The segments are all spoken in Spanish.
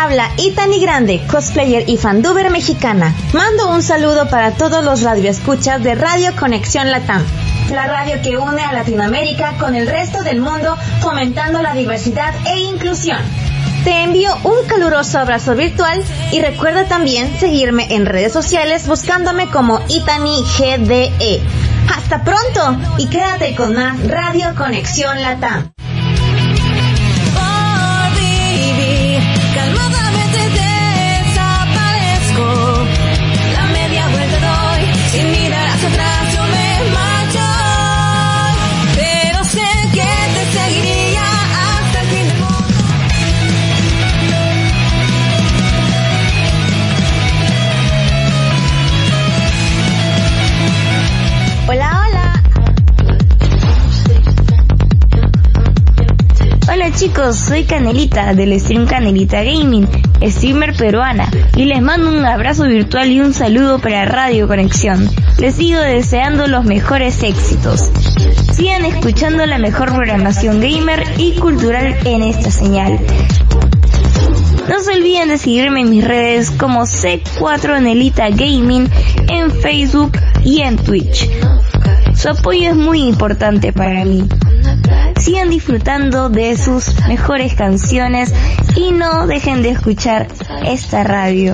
habla Itani Grande, cosplayer y fanduber mexicana. Mando un saludo para todos los radioescuchas de Radio Conexión Latam, la radio que une a Latinoamérica con el resto del mundo, fomentando la diversidad e inclusión. Te envío un caluroso abrazo virtual y recuerda también seguirme en redes sociales buscándome como Itani GDE. Hasta pronto y quédate con más Radio Conexión Latam. Calmadamente desaparezco, la media vuelta doy, sin mirar hacia atrás yo me marcho, pero sé que te seguiría hasta el fin del mundo. Hola, hola. Hola chicos, soy Canelita del stream Canelita Gaming, streamer peruana, y les mando un abrazo virtual y un saludo para Radio Conexión. Les sigo deseando los mejores éxitos. Sigan escuchando la mejor programación gamer y cultural en esta señal. No se olviden de seguirme en mis redes como C4Nelita Gaming en Facebook y en Twitch. Su apoyo es muy importante para mí. Sigan disfrutando de sus mejores canciones y no dejen de escuchar esta radio.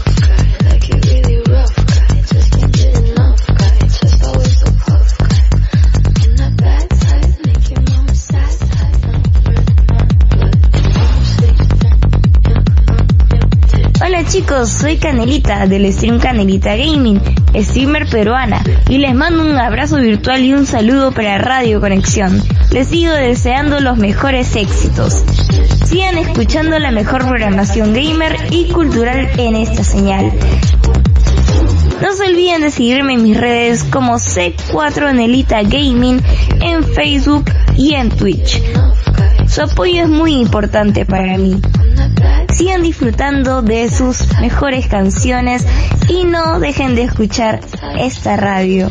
Hola chicos, soy Canelita del stream Canelita Gaming, streamer peruana, y les mando un abrazo virtual y un saludo para Radio Conexión. Les sigo deseando los mejores éxitos. Sigan escuchando la mejor programación gamer y cultural en esta señal. No se olviden de seguirme en mis redes como C4Nelita Gaming en Facebook y en Twitch. Su apoyo es muy importante para mí. Sigan disfrutando de sus mejores canciones y no dejen de escuchar esta radio.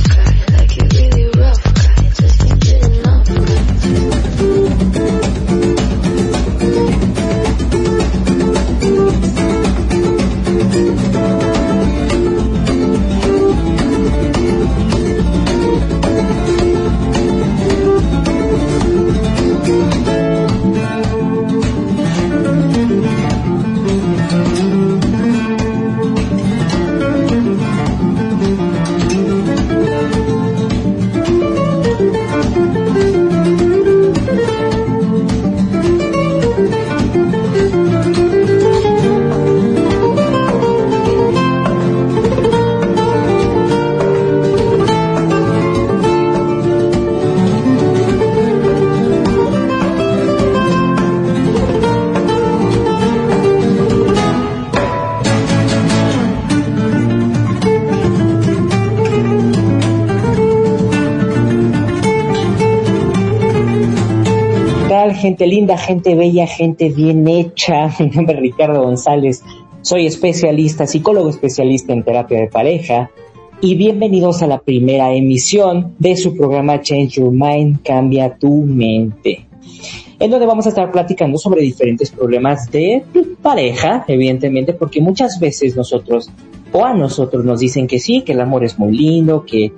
Gente linda, gente bella, gente bien hecha. Mi nombre es Ricardo González, soy especialista, psicólogo especialista en terapia de pareja, y bienvenidos a la primera emisión de su programa Change Your Mind, Cambia tu Mente, en donde vamos a estar platicando sobre diferentes problemas de pareja, evidentemente, porque muchas veces nosotros nos dicen que sí, que el amor es muy lindo, que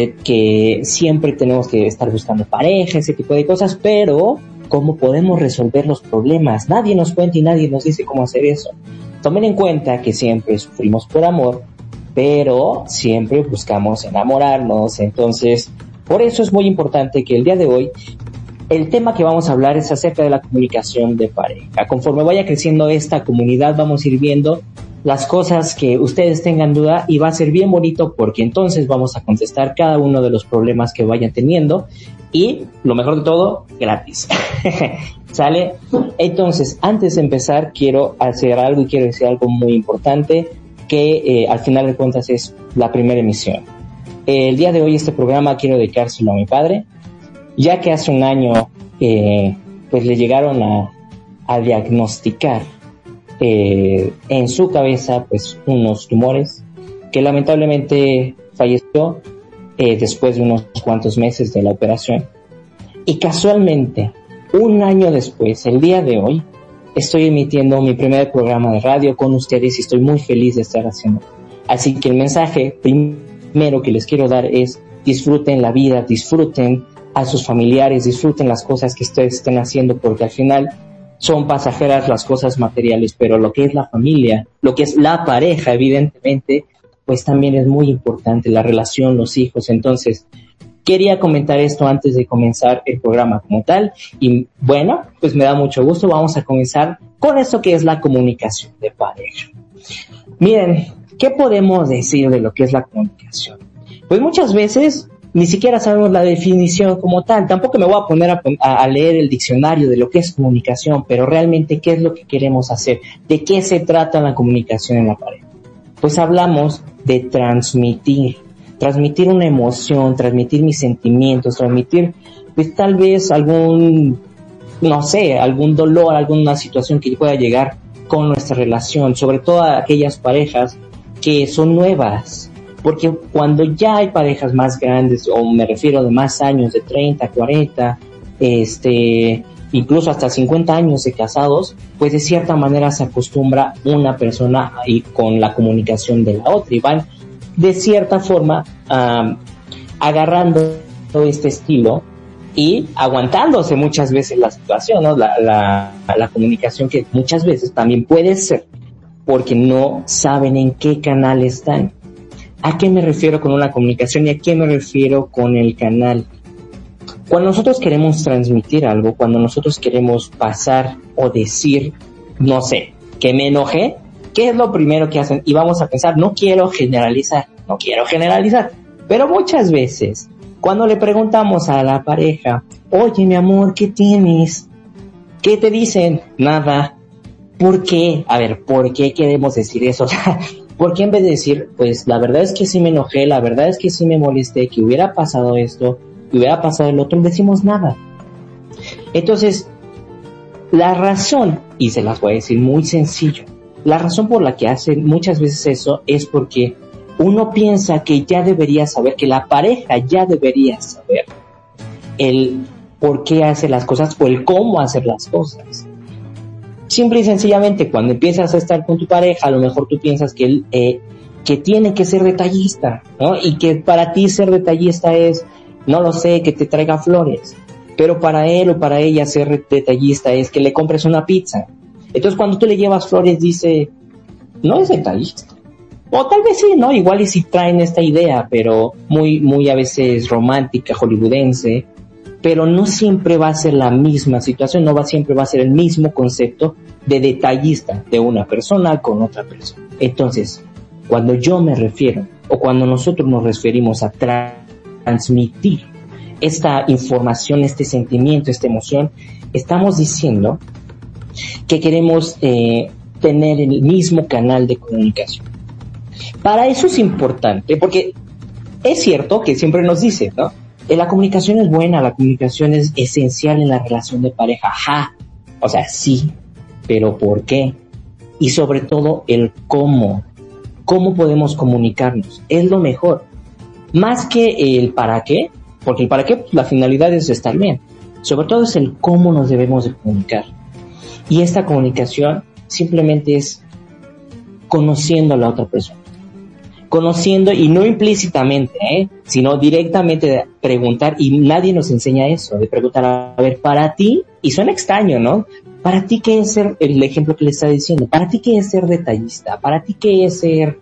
siempre tenemos que estar buscando pareja, ese tipo de cosas, pero ¿cómo podemos resolver los problemas? Nadie nos cuenta y nadie nos dice cómo hacer eso. Tomen en cuenta que siempre sufrimos por amor, pero siempre buscamos enamorarnos. Entonces, por eso es muy importante que el día de hoy el tema que vamos a hablar es acerca de la comunicación de pareja. Conforme vaya creciendo esta comunidad, vamos a ir viendo las cosas que ustedes tengan duda, y va a ser bien bonito porque entonces vamos a contestar cada uno de los problemas que vayan teniendo, y lo mejor de todo, gratis. ¿Sale? Entonces, antes de empezar, quiero hacer algo y quiero decir algo muy importante, que al final de cuentas es la primera emisión. El día de hoy este programa quiero dedicárselo a mi padre, ya que hace un año pues le llegaron a diagnosticar en su cabeza pues unos tumores, que lamentablemente falleció después de unos cuantos meses de la operación. Y casualmente, un año después, el día de hoy, estoy emitiendo mi primer programa de radio con ustedes y estoy muy feliz de estar haciendo. Así que el mensaje primero que les quiero dar es: disfruten la vida, disfruten a sus familiares, disfruten las cosas que ustedes estén haciendo, porque al final son pasajeras las cosas materiales, pero lo que es la familia, lo que es la pareja, evidentemente, pues también es muy importante, la relación, los hijos. Entonces, quería comentar esto antes de comenzar el programa como tal. Y bueno, pues me da mucho gusto. Vamos a comenzar con esto que es la comunicación de pareja. Miren, ¿qué podemos decir de lo que es la comunicación? Pues muchas veces ni siquiera sabemos la definición como tal. Tampoco me voy a poner a leer el diccionario de lo que es comunicación, pero realmente, ¿qué es lo que queremos hacer? ¿De qué se trata la comunicación en la pareja? Pues hablamos de transmitir una emoción, transmitir mis sentimientos, transmitir pues tal vez algún dolor, alguna situación que pueda llegar con nuestra relación, sobre todo a aquellas parejas que son nuevas, porque cuando ya hay parejas más grandes, o me refiero de más años, de 30, 40, incluso hasta 50 años de casados, pues de cierta manera se acostumbra una persona y con la comunicación de la otra, y van de cierta forma agarrando este estilo y aguantándose muchas veces la situación, ¿no? La comunicación, que muchas veces también puede ser porque no saben en qué canal están. ¿A qué me refiero con una comunicación y a qué me refiero con el canal? Cuando nosotros queremos transmitir algo, cuando nosotros queremos pasar o decir, no sé, que me enojé, ¿qué es lo primero que hacen? Y vamos a pensar, no quiero generalizar, pero muchas veces, cuando le preguntamos a la pareja, oye, mi amor, ¿qué tienes? ¿Qué te dicen? Nada. ¿Por qué? A ver, ¿por qué queremos decir eso? ¿Por qué en vez de decir, pues la verdad es que sí me enojé, la verdad es que sí me molesté, que hubiera pasado esto, que hubiera pasado el otro, decimos nada? Entonces, la razón, y se las voy a decir muy sencillo, la razón por la que hacen muchas veces eso es porque uno piensa que ya debería saber, que la pareja ya debería saber el por qué hace las cosas o el cómo hacer las cosas. Simple y sencillamente, cuando empiezas a estar con tu pareja, a lo mejor tú piensas que él que tiene que ser detallista, ¿no? Y que para ti ser detallista es, no lo sé, que te traiga flores. Pero para él o para ella ser detallista es que le compres una pizza. Entonces cuando tú le llevas flores dice, no es detallista. O tal vez sí, ¿no? Igual y si traen esta idea, pero muy a veces romántica, hollywoodense, pero no siempre va a ser la misma situación, siempre va a ser el mismo concepto de detallista de una persona con otra persona. Entonces, cuando yo me refiero, o cuando nosotros nos referimos a transmitir esta información, este sentimiento, esta emoción, estamos diciendo que queremos tener el mismo canal de comunicación. Para eso es importante, porque es cierto que siempre nos dicen, ¿no? La comunicación es buena, la comunicación es esencial en la relación de pareja. Ajá, o sea, sí, pero ¿por qué? Y sobre todo el cómo. ¿Cómo podemos comunicarnos? Es lo mejor. Más que el para qué, porque el para qué, pues, la finalidad es estar bien. Sobre todo es el cómo nos debemos de comunicar. Y esta comunicación simplemente es conociendo a la otra persona. Conociendo, y no implícitamente, sino directamente de preguntar, y nadie nos enseña eso, de preguntar, a ver, para ti, y suena extraño, ¿no? Para ti, ¿qué es ser, el ejemplo que le está diciendo? Para ti, ¿qué es ser detallista? Para ti, ¿qué es ser,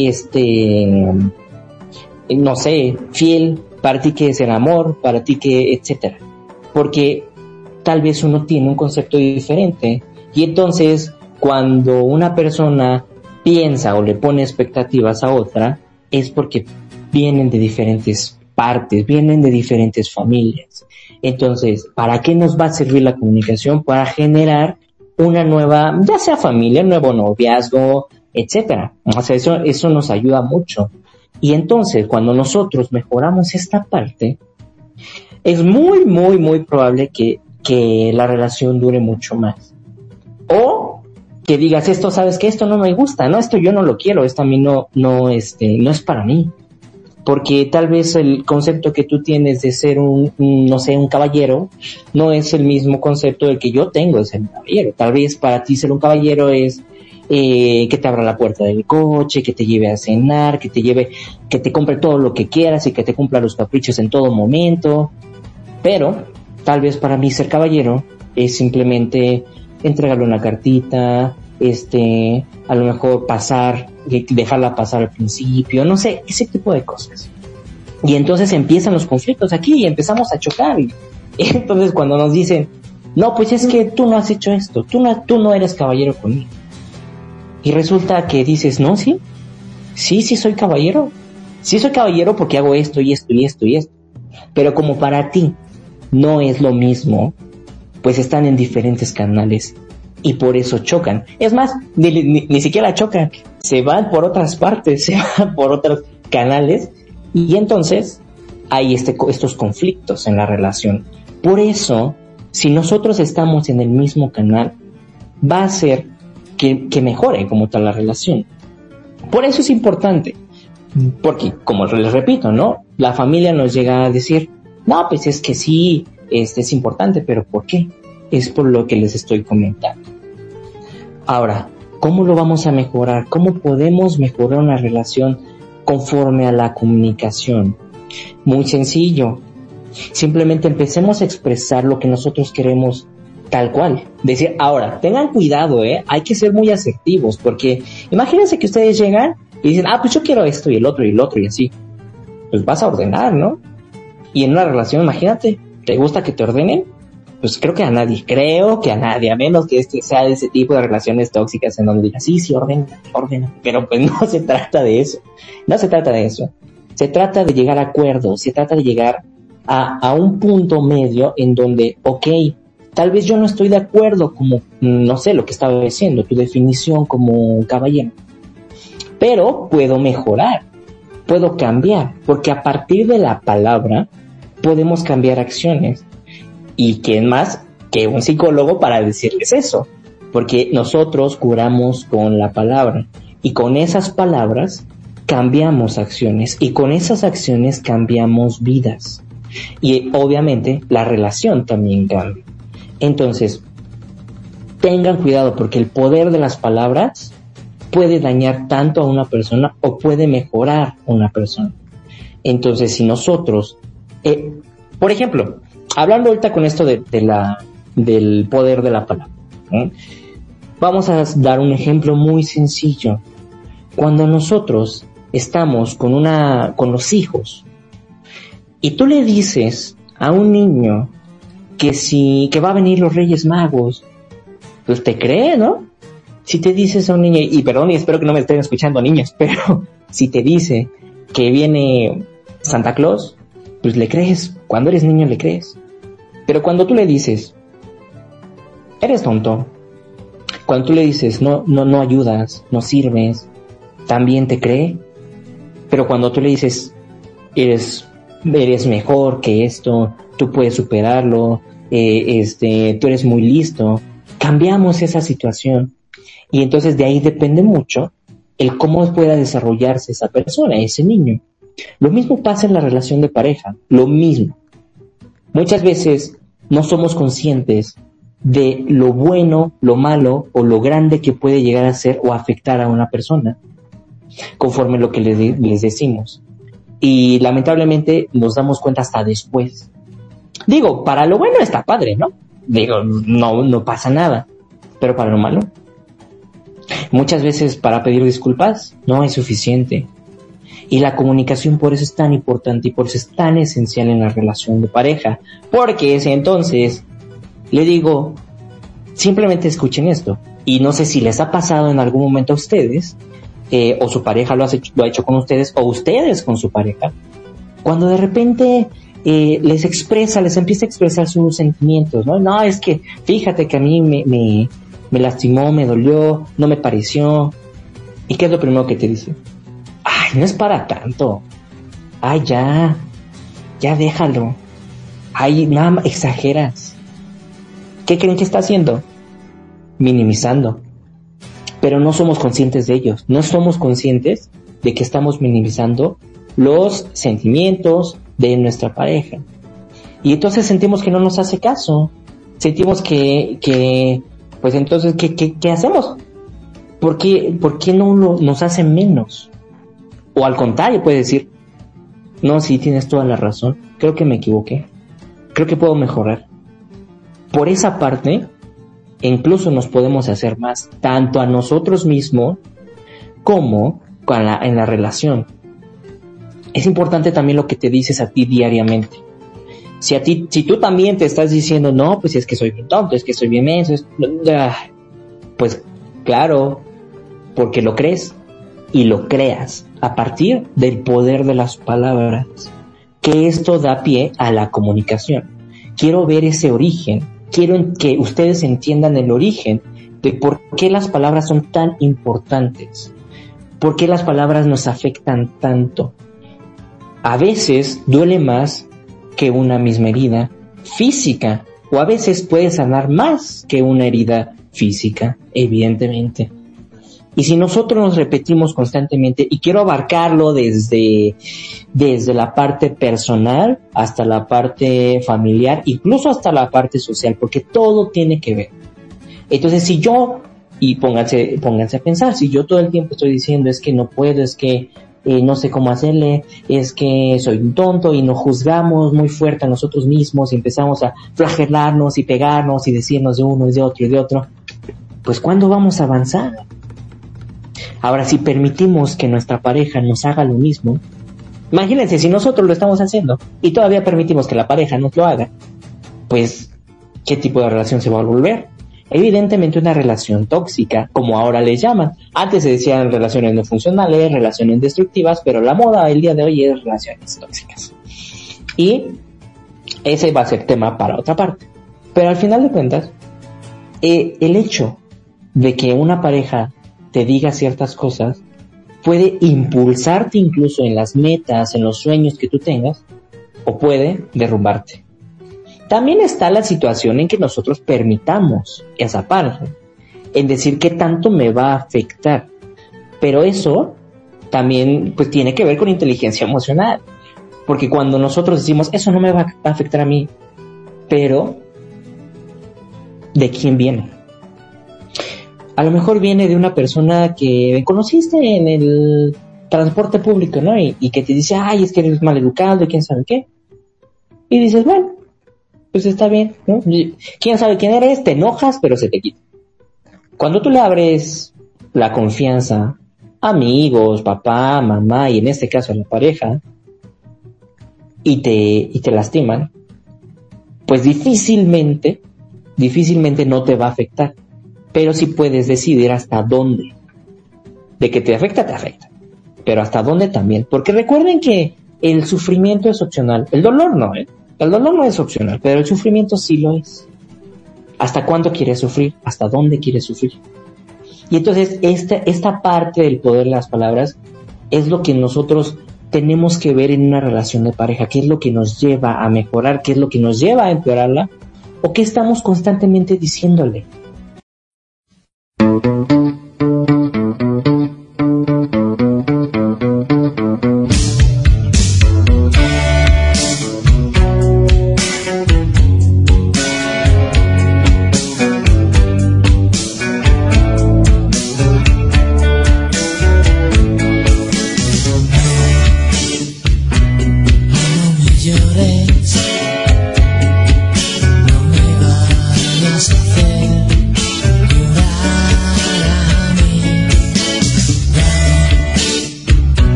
no sé, fiel? Para ti, ¿qué es ser amor? Para ti, ¿qué, etcétera? Porque tal vez uno tiene un concepto diferente, y entonces, cuando una persona piensa o le pone expectativas a otra, es porque vienen de diferentes partes, vienen de diferentes familias. Entonces, ¿para qué nos va a servir la comunicación? Para generar una nueva, ya sea familia, un nuevo noviazgo, etcétera. O sea, eso nos ayuda mucho. Y entonces, cuando nosotros mejoramos esta parte, es muy, muy, muy probable que la relación dure mucho más. O que digas, esto, ¿sabes qué? Esto no me gusta, ¿no? Esto yo no lo quiero, esto a mí no es para mí. porque tal vez el concepto que tú tienes de ser un caballero, no es el mismo concepto del que yo tengo de ser un caballero. Tal vez para ti ser un caballero es que te abra la puerta del coche, que te lleve a cenar, que te compre todo lo que quieras y que te cumpla los caprichos en todo momento. Pero tal vez para mí ser caballero es simplemente entregarle una cartita, a lo mejor dejarla pasar al principio, no sé, ese tipo de cosas. Y entonces empiezan los conflictos aquí y empezamos a chocar. Y entonces cuando nos dicen, no, pues es que tú no has hecho esto, tú no eres caballero conmigo. Y resulta que dices, no, sí soy caballero. Sí soy caballero porque hago esto y esto y esto y esto. Pero como para ti no es lo mismo, pues están en diferentes canales y por eso chocan. Es más, ni siquiera chocan, se van por otras partes, se van por otros canales y entonces hay estos conflictos en la relación. Por eso, si nosotros estamos en el mismo canal, va a hacer que mejore como tal la relación. Por eso es importante, porque como les repito, ¿no? La familia nos llega a decir, no, pues es que sí, es importante, pero ¿por qué? Es por lo que les estoy comentando. Ahora, ¿cómo lo vamos a mejorar? ¿Cómo podemos mejorar una relación conforme a la comunicación? Muy sencillo. Simplemente empecemos a expresar lo que nosotros queremos tal cual. Decir, ahora, tengan cuidado, hay que ser muy asertivos, porque imagínense que ustedes llegan y dicen, pues yo quiero esto y el otro y así. Pues vas a ordenar, ¿no? Y en una relación, imagínate, ¿te gusta que te ordenen? Pues creo que a nadie, a menos que sea de ese tipo de relaciones tóxicas en donde digas, sí, ordena, pero pues no se trata de eso, se trata de llegar a acuerdos, se trata de llegar a un punto medio en donde, tal vez yo no estoy de acuerdo como, no sé, lo que estaba diciendo, tu definición como caballero, pero puedo mejorar, puedo cambiar, porque a partir de la palabra podemos cambiar acciones. ¿Y quién más que un psicólogo para decirles eso? Porque nosotros curamos con la palabra y con esas palabras cambiamos acciones y con esas acciones cambiamos vidas. Y obviamente la relación también cambia. Entonces, tengan cuidado porque el poder de las palabras puede dañar tanto a una persona o puede mejorar a una persona. Entonces, si nosotros, por ejemplo, hablando ahorita con esto del poder de la palabra, vamos a dar un ejemplo muy sencillo. Cuando nosotros estamos con los hijos y tú le dices a un niño que va a venir los Reyes Magos, pues te cree, ¿no? Si te dices a un niño, y perdón, y espero que no me estén escuchando niños, pero si te dice que viene Santa Claus, pues le crees. Cuando eres niño le crees. Pero cuando tú le dices, eres tonto, cuando tú le dices, no ayudas, no sirves, también te cree. Pero cuando tú le dices, eres mejor que esto, tú puedes superarlo, tú eres muy listo, cambiamos esa situación. Y entonces de ahí depende mucho el cómo pueda desarrollarse esa persona, ese niño. Lo mismo pasa en la relación de pareja, lo mismo. Muchas veces no somos conscientes de lo bueno, lo malo o lo grande que puede llegar a ser o afectar a una persona conforme lo que les decimos. Y lamentablemente nos damos cuenta hasta después. Digo, para lo bueno está padre, ¿no? Digo, no pasa nada. Pero para lo malo, muchas veces para pedir disculpas no es suficiente. Y la comunicación por eso es tan importante y por eso es tan esencial en la relación de pareja. Porque si entonces le digo, simplemente escuchen esto. Y no sé si les ha pasado en algún momento a ustedes, o su pareja lo ha hecho con ustedes, o ustedes con su pareja, cuando de repente les empieza a expresar sus sentimientos, ¿no? No, es que fíjate que a mí me lastimó, me dolió, no me pareció. ¿Y qué es lo primero que te dice? Ay, no es para tanto. Ay, ya déjalo. Ay, nada más exageras. ¿Qué creen que está haciendo? Minimizando. Pero no somos conscientes de ellos. No somos conscientes de que estamos minimizando los sentimientos de nuestra pareja. Y entonces sentimos que no nos hace caso. Sentimos que pues entonces, ¿qué hacemos? ¿Por qué no nos hace menos? O al contrario, puede decir, no, sí, tienes toda la razón, creo que me equivoqué, creo que puedo mejorar. Por esa parte, incluso nos podemos hacer más, tanto a nosotros mismos como en la relación. Es importante también lo que te dices a ti diariamente. Si tú también te estás diciendo, no, pues es que soy bien tonto, es que soy bien menso, pues claro, porque lo crees y lo creas a partir del poder de las palabras, que esto da pie a la comunicación. Quiero ver ese origen, quiero que ustedes entiendan el origen de por qué las palabras son tan importantes, por qué las palabras nos afectan tanto. A veces duele más que una misma herida física, o a veces puede sanar más que una herida física, evidentemente. Y si nosotros nos repetimos constantemente, y quiero abarcarlo desde la parte personal hasta la parte familiar, incluso hasta la parte social, porque todo tiene que ver. Entonces, si yo, y pónganse a pensar, si yo todo el tiempo estoy diciendo es que no puedo, es que no sé cómo hacerle, es que soy un tonto, y nos juzgamos muy fuerte a nosotros mismos y empezamos a flagelarnos y pegarnos y decirnos de uno y de otro y de otro, pues ¿cuándo vamos a avanzar? Ahora, si permitimos que nuestra pareja nos haga lo mismo, imagínense si nosotros lo estamos haciendo y todavía permitimos que la pareja nos lo haga, pues ¿qué tipo de relación se va a volver? Evidentemente una relación tóxica, como ahora les llaman. Antes se decían relaciones no funcionales, relaciones destructivas, pero la moda el día de hoy es relaciones tóxicas. Y ese va a ser tema para otra parte. Pero al final de cuentas, el hecho de que una pareja te diga ciertas cosas puede impulsarte incluso en las metas, en los sueños que tú tengas, o puede derrumbarte. También está la situación en que nosotros permitamos esa parte, en decir qué tanto me va a afectar. Pero eso también pues tiene que ver con inteligencia emocional, porque cuando nosotros decimos eso no me va a afectar a mí, pero ¿de quién viene? A lo mejor viene de una persona que conociste en el transporte público, ¿no? Y que te dice, ay, es que eres maleducado y quién sabe qué. Y dices, bueno, pues está bien, ¿no? ¿Quién sabe quién eres? Te enojas, pero se te quita. Cuando tú le abres la confianza a amigos, papá, mamá, y en este caso a la pareja, y te lastiman, pues difícilmente no te va a afectar. Pero sí puedes decidir hasta dónde. De que te afecta, pero hasta dónde también. Porque recuerden que el sufrimiento es opcional. El dolor no, El dolor no es opcional, pero el sufrimiento sí lo es. ¿Hasta cuándo quieres sufrir? ¿Hasta dónde quieres sufrir? Y entonces esta parte del poder de las palabras es lo que nosotros tenemos que ver en una relación de pareja. ¿Qué es lo que nos lleva a mejorar? ¿Qué es lo que nos lleva a empeorarla? ¿O qué estamos constantemente diciéndole?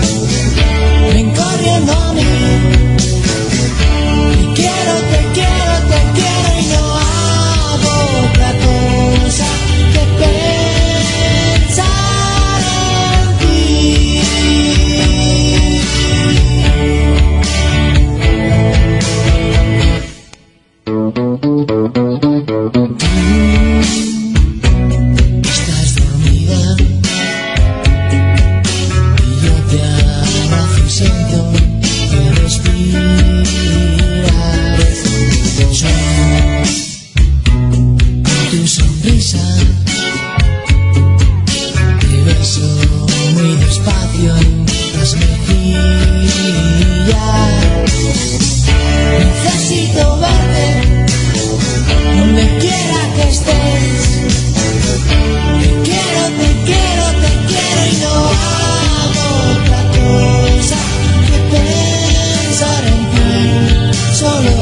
Quiero, te quiero.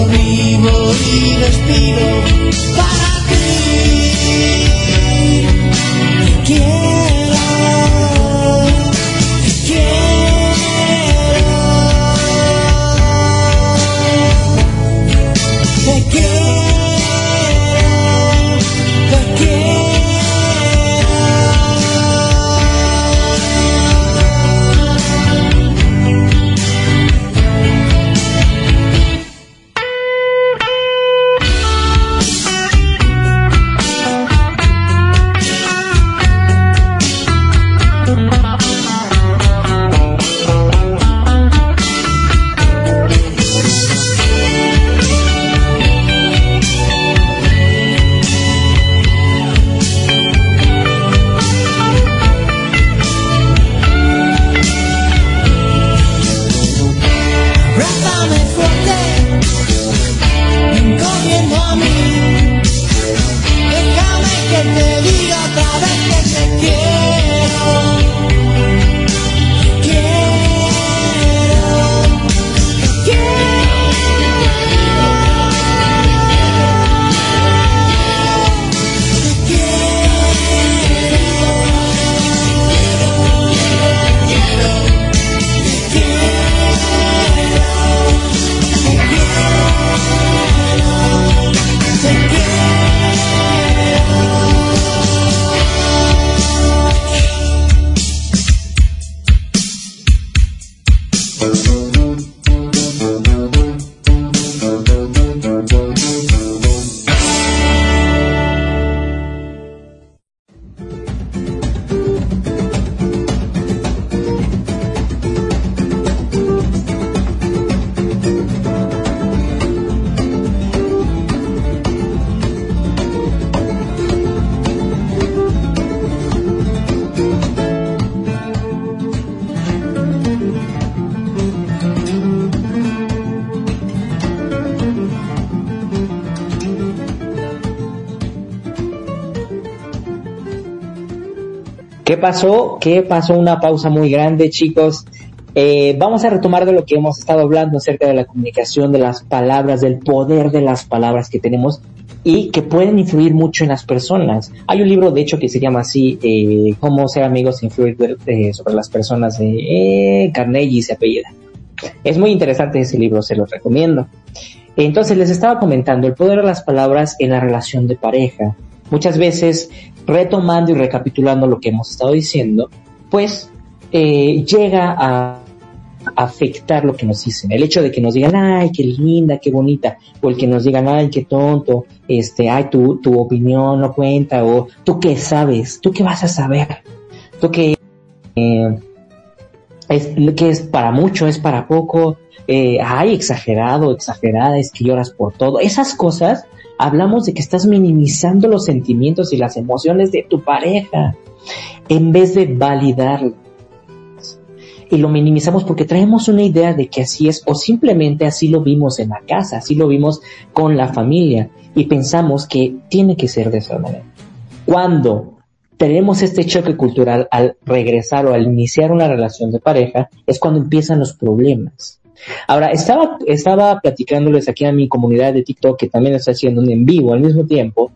vivo y respiro para ti. Te quiero, te quiero, te quiero, te quiero. ¿Qué pasó? Una pausa muy grande, chicos. Vamos a retomar de lo que hemos estado hablando acerca de la comunicación, de las palabras, del poder de las palabras que tenemos y que pueden influir mucho en las personas. Hay un libro, de hecho, que se llama así, Cómo ser amigos e influir sobre las personas, de Carnegie se apellida. Es muy interesante ese libro, se los recomiendo. Entonces, les estaba comentando el poder de las palabras en la relación de pareja. Muchas veces, retomando y recapitulando lo que hemos estado diciendo, pues llega a afectar lo que nos dicen. El hecho de que nos digan, ay, qué linda, qué bonita, o el que nos digan, ay, qué tonto, ay, tu opinión no cuenta, o tú qué sabes, tú qué vas a saber, tú qué es para mucho, es para poco, ay, exagerado, exagerada, es que lloras por todo. Esas cosas, hablamos de que estás minimizando los sentimientos y las emociones de tu pareja, en vez de validarlas. Y lo minimizamos porque traemos una idea de que así es, o simplemente así lo vimos en la casa, así lo vimos con la familia, y pensamos que tiene que ser de esa manera. Cuando tenemos este choque cultural al regresar o al iniciar una relación de pareja, es cuando empiezan los problemas. Ahora, estaba platicándoles aquí a mi comunidad de TikTok, que también está haciendo un en vivo al mismo tiempo,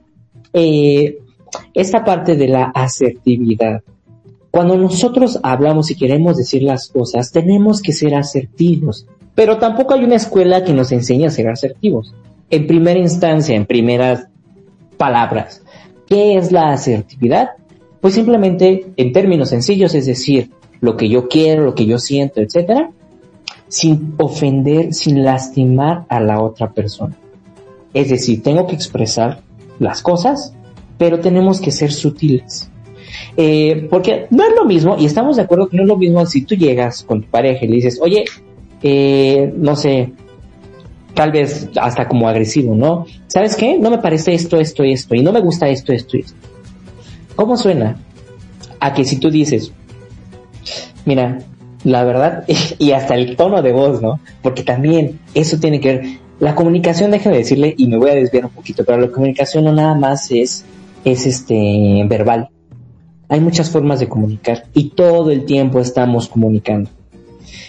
esta parte de la asertividad. Cuando nosotros hablamos y queremos decir las cosas, tenemos que ser asertivos, pero tampoco hay una escuela que nos enseñe a ser asertivos. En primera instancia, en primeras palabras, ¿qué es la asertividad? Pues simplemente, en términos sencillos, es decir, lo que yo quiero, lo que yo siento, etcétera, sin ofender, sin lastimar a la otra persona. Es decir, tengo que expresar las cosas, pero tenemos que ser sutiles. Porque no es lo mismo, y estamos de acuerdo que no es lo mismo si tú llegas con tu pareja y le dices, oye, no sé, tal vez hasta como agresivo, ¿no? ¿Sabes qué? No me parece esto, y no me gusta esto. ¿Cómo suena? A que si tú dices, mira, la verdad, y hasta el tono de voz, ¿no? Porque también eso tiene que ver, la comunicación, déjame decirle, y me voy a desviar un poquito, pero la comunicación no nada más es verbal. Hay muchas formas de comunicar y todo el tiempo estamos comunicando.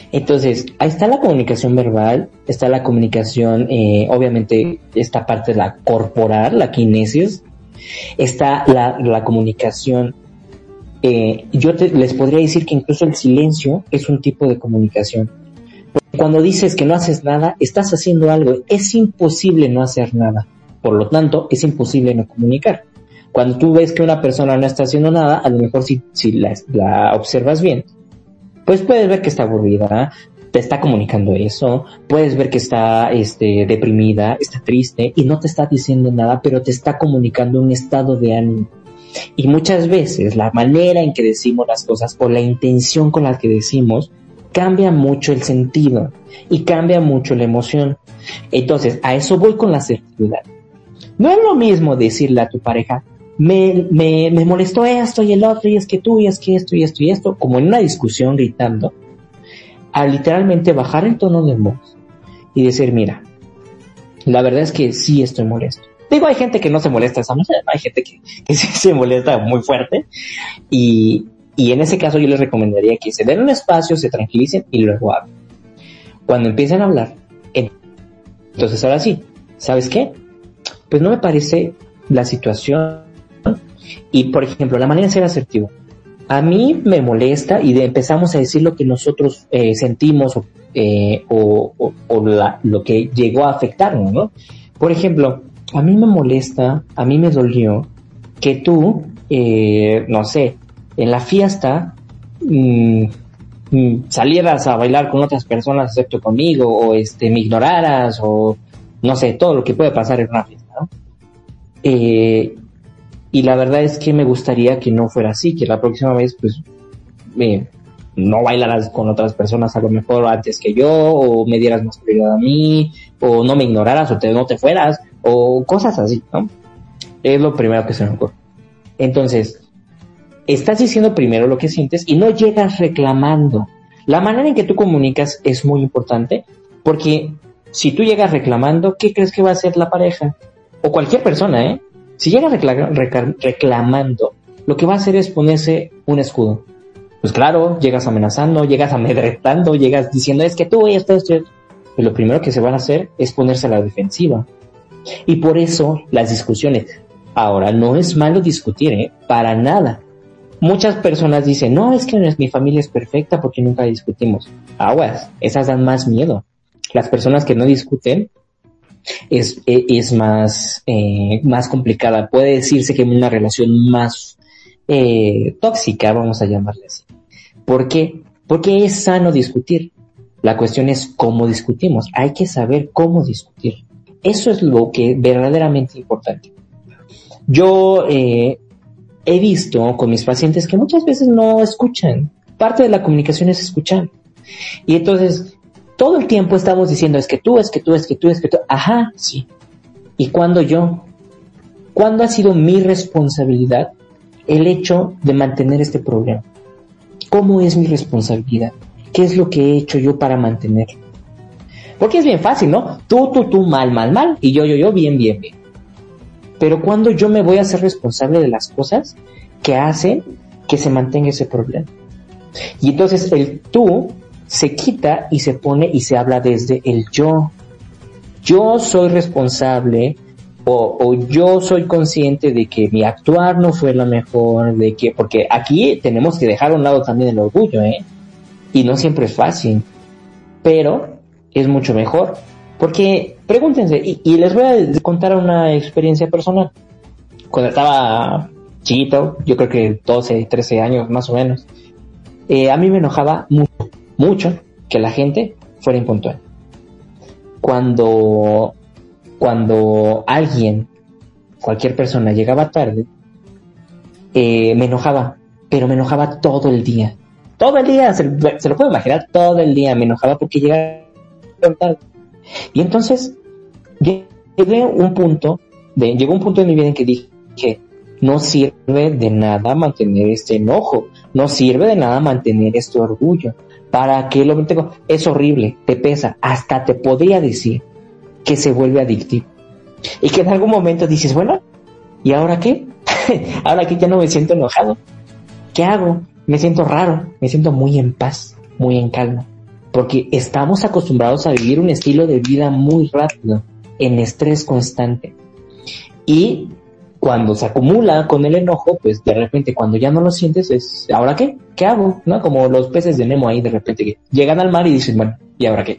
Entonces, ahí está la comunicación verbal, está la comunicación, obviamente, esta parte de la corporal, la kinesis, está la comunicación. Les podría decir que incluso el silencio es un tipo de comunicación. Cuando dices que no haces nada, estás haciendo algo. Es imposible no hacer nada. Por lo tanto, es imposible no comunicar. Cuando tú ves que una persona no está haciendo nada, a lo mejor si la observas bien, pues puedes ver que está aburrida, te está comunicando eso, puedes ver que está deprimida, está triste y no te está diciendo nada, pero te está comunicando un estado de ánimo. Y muchas veces la manera en que decimos las cosas o la intención con la que decimos cambia mucho el sentido y cambia mucho la emoción. Entonces, a eso voy con la asertividad. No es lo mismo decirle a tu pareja, me molestó esto y el otro, y es que tú, y es que esto, y esto, y esto, como en una discusión gritando, a literalmente bajar el tono de voz y decir, mira, la verdad es que sí estoy molesto. Digo, hay gente que no se molesta de esa manera, hay gente que sí se molesta muy fuerte, y en ese caso yo les recomendaría que se den un espacio, se tranquilicen y luego hablen. Cuando empiecen a hablar, entonces ahora sí, ¿sabes qué? Pues no me parece la situación. Y por ejemplo, la manera de ser asertivo, a mí me molesta, y empezamos a decir lo que nosotros sentimos o lo que llegó a afectarnos, ¿no? Por ejemplo, a mí me molesta, a mí me dolió que tú, no sé, en la fiesta salieras a bailar con otras personas excepto conmigo, o me ignoraras, o no sé, todo lo que puede pasar en una fiesta, ¿no? Y la verdad es que me gustaría que no fuera así, que la próxima vez pues no bailaras con otras personas a lo mejor antes que yo, o me dieras más prioridad a mí, o no me ignoraras, o no te fueras, o cosas así, ¿no? Es lo primero que se me ocurre. Entonces, estás diciendo primero lo que sientes y no llegas reclamando. La manera en que tú comunicas es muy importante, porque si tú llegas reclamando, ¿qué crees que va a hacer la pareja? O cualquier persona, Si llega reclamando, lo que va a hacer es ponerse un escudo. Pues claro, llegas amenazando, llegas amedrentando, llegas diciendo, es que tú esto. Pues lo primero que se van a hacer es ponerse a la defensiva. Y por eso las discusiones. Ahora, no es malo discutir, para nada. Muchas personas dicen, no, es que mi familia es perfecta porque nunca discutimos. Aguas, esas dan más miedo. Las personas que no discuten es más complicada. Puede decirse que es una relación más tóxica, vamos a llamarle así. ¿Por qué? Porque es sano discutir. La cuestión es cómo discutimos. Hay que saber cómo discutir. Eso es lo que es verdaderamente importante. Yo he visto con mis pacientes que muchas veces no escuchan. Parte de la comunicación es escuchar. Y entonces todo el tiempo estamos diciendo, es que tú. Ajá, sí. ¿Y cuándo yo? ¿Cuándo ha sido mi responsabilidad el hecho de mantener este problema? ¿Cómo es mi responsabilidad? ¿Qué es lo que he hecho yo para mantenerlo? Porque es bien fácil, ¿no? Tú, mal. Y yo, bien. Pero ¿cuándo yo me voy a hacer responsable de las cosas que hacen que se mantenga ese problema? Y entonces el tú se quita y se pone y se habla desde el yo. Yo soy responsable o yo soy consciente de que mi actuar no fue lo mejor, porque aquí tenemos que dejar a un lado también el orgullo, y no siempre es fácil, pero es mucho mejor, porque pregúntense, y les voy a contar una experiencia personal. Cuando estaba chiquito, yo creo que 12, 13 años más o menos, a mí me enojaba mucho que la gente fuera impuntual. Cuando cualquier persona llegaba tarde, me enojaba, pero me enojaba todo el día, se lo puedo imaginar, todo el día me enojaba porque llegaba tarde. Y entonces llegó un punto en mi vida en que dije, no sirve de nada mantener este enojo, no sirve de nada mantener este orgullo. ¿Para qué lo mantengo? Es horrible, te pesa, hasta te podría decir que se vuelve adictivo. Y que en algún momento dices, bueno, ¿y ahora qué? Ahora que ya no me siento enojado, ¿qué hago? Me siento raro, me siento muy en paz, muy en calma. porque estamos acostumbrados a vivir un estilo de vida muy rápido, en estrés constante. Y cuando se acumula con el enojo, pues de repente cuando ya no lo sientes es, ¿ahora qué? ¿Qué hago? ¿No? Como los peces de Nemo ahí de repente que llegan al mar y dicen, bueno, ¿y ahora qué?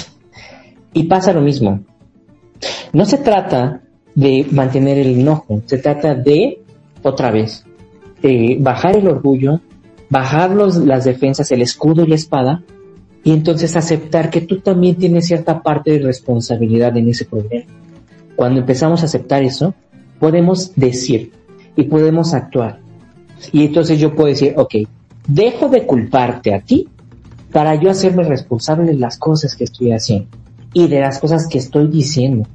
Y pasa lo mismo. No se trata de mantener el enojo, se trata de, otra vez, bajar el orgullo, bajar las defensas, el escudo y la espada, y entonces aceptar que tú también tienes cierta parte de responsabilidad en ese problema. Cuando empezamos a aceptar eso, podemos decir y podemos actuar. Y entonces yo puedo decir, ok, dejo de culparte a ti para yo hacerme responsable de las cosas que estoy haciendo y de las cosas que estoy diciendo.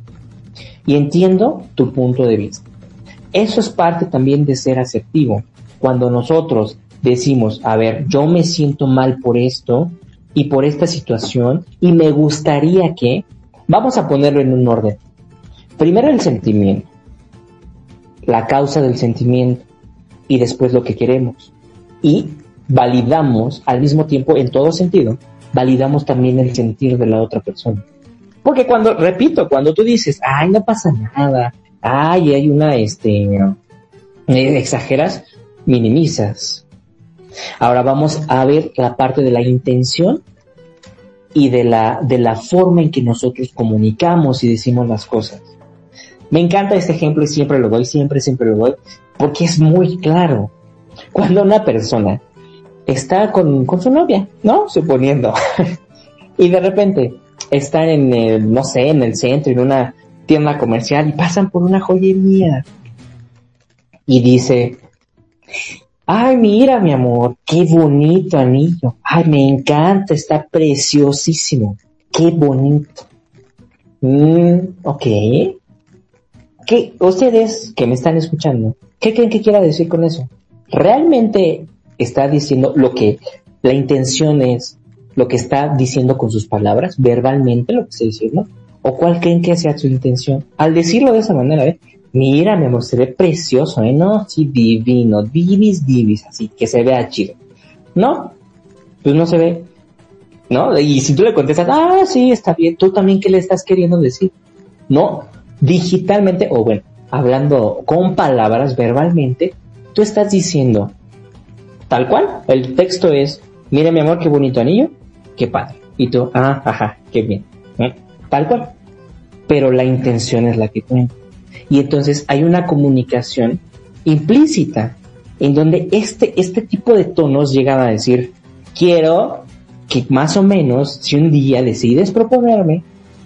Y entiendo tu punto de vista. Eso es parte también de ser asertivo. Cuando nosotros decimos, a ver, yo me siento mal por esto y por esta situación y me gustaría que, vamos a ponerlo en un orden. Primero el sentimiento, la causa del sentimiento y después lo que queremos. Y validamos al mismo tiempo, en todo sentido, validamos también el sentir de la otra persona. Porque cuando tú dices, ay, no pasa nada, ay, hay una, exageras, minimizas. Ahora vamos a ver la parte de la intención y de la forma en que nosotros comunicamos y decimos las cosas. Me encanta este ejemplo y siempre lo doy, siempre lo doy, porque es muy claro. Cuando una persona está con su novia, ¿no? Suponiendo, y de repente están en el centro, en una tienda comercial y pasan por una joyería y dice, ay, mira, mi amor, qué bonito anillo. Ay, me encanta, está preciosísimo. Qué bonito. Ok. ¿Qué, ustedes que me están escuchando, qué creen que quiera decir con eso? ¿Realmente está diciendo lo que la intención es, lo que está diciendo con sus palabras, verbalmente lo que está diciendo? ¿O cuál creen que sea su intención? Al decirlo de esa manera, mira, mi amor, se ve precioso, ¿no? Sí, divino, divis, así, que se vea chido. ¿No? Pues no se ve, ¿no? Y si tú le contestas, sí, está bien, ¿tú también qué le estás queriendo decir? No, digitalmente, o bueno, hablando con palabras, verbalmente, tú estás diciendo, tal cual, el texto es, mira, mi amor, qué bonito anillo, qué padre. Y tú, ajá, qué bien. Tal cual. Pero la intención es la que cuenta. Y entonces hay una comunicación implícita en donde este tipo de tonos llegan a decir, quiero que más o menos, si un día decides proponerme,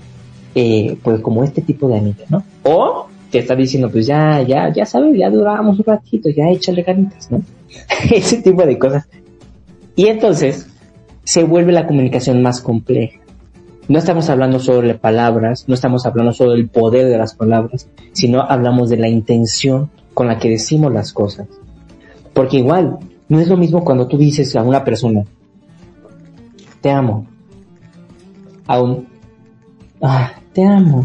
pues como este tipo de anillo, ¿no? O te está diciendo, pues ya sabes, ya durábamos un ratito, ya échale ganitas, ¿no? Ese tipo de cosas. Y entonces se vuelve la comunicación más compleja. No estamos hablando solo de palabras, no estamos hablando solo del poder de las palabras, sino hablamos de la intención con la que decimos las cosas. Porque igual, no es lo mismo cuando tú dices a una persona, te amo, te amo,